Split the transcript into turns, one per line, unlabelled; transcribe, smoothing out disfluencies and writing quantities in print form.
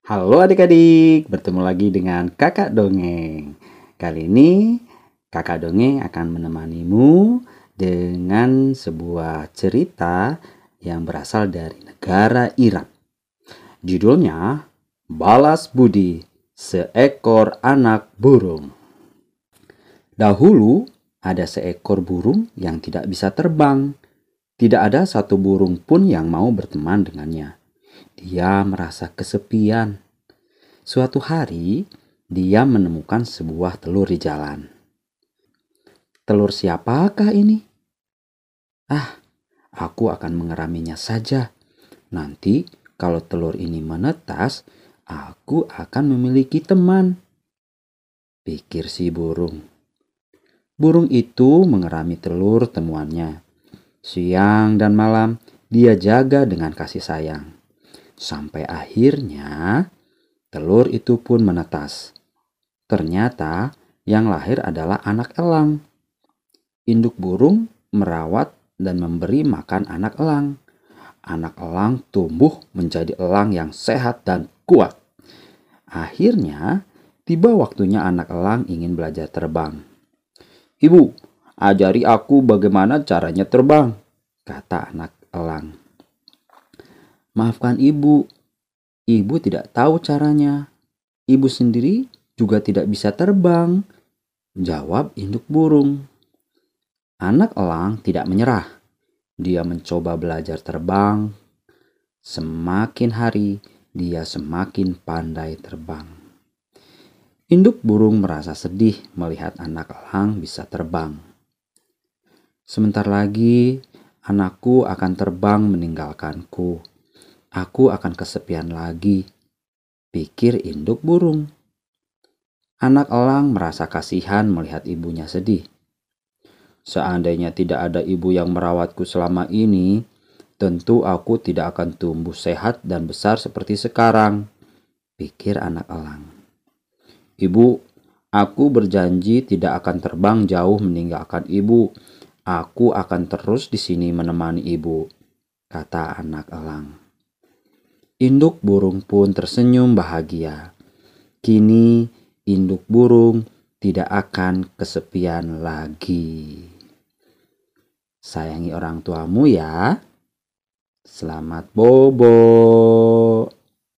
Halo adik-adik, bertemu lagi dengan Kakak Dongeng. Kali ini Kakak Dongeng akan menemanimu dengan sebuah cerita yang berasal dari negara Iran. Judulnya Balas Budi, Seekor Anak Burung. Dahulu ada seekor burung yang tidak bisa terbang. Tidak ada satu burung pun yang mau berteman dengannya. Dia merasa kesepian. Suatu hari, dia menemukan sebuah telur di jalan. Telur siapakah ini? Ah, aku akan mengeraminya saja. Nanti kalau telur ini menetas, aku akan memiliki teman, pikir si burung. Burung itu mengerami telur temuannya. Siang dan malam, dia jaga dengan kasih sayang. Sampai akhirnya, telur itu pun menetas. Ternyata yang lahir adalah anak elang. Induk burung merawat dan memberi makan anak elang. Anak elang tumbuh menjadi elang yang sehat dan kuat. Akhirnya, tiba waktunya anak elang ingin belajar terbang. "Ibu, ajari aku bagaimana caranya terbang," kata anak elang. "Maafkan ibu, ibu tidak tahu caranya. Ibu sendiri juga tidak bisa terbang," jawab induk burung. Anak elang tidak menyerah. Dia mencoba belajar terbang. Semakin hari, dia semakin pandai terbang. Induk burung merasa sedih melihat anak elang bisa terbang. "Sebentar lagi, anakku akan terbang meninggalkanku. Aku akan kesepian lagi," pikir induk burung. Anak elang merasa kasihan melihat ibunya sedih. "Seandainya tidak ada ibu yang merawatku selama ini, tentu aku tidak akan tumbuh sehat dan besar seperti sekarang," pikir anak elang. "Ibu, aku berjanji tidak akan terbang jauh meninggalkan ibu. Aku akan terus di sini menemani ibu," kata anak elang. Induk burung pun tersenyum bahagia. Kini induk burung tidak akan kesepian lagi. Sayangi orang tuamu ya. Selamat bobo.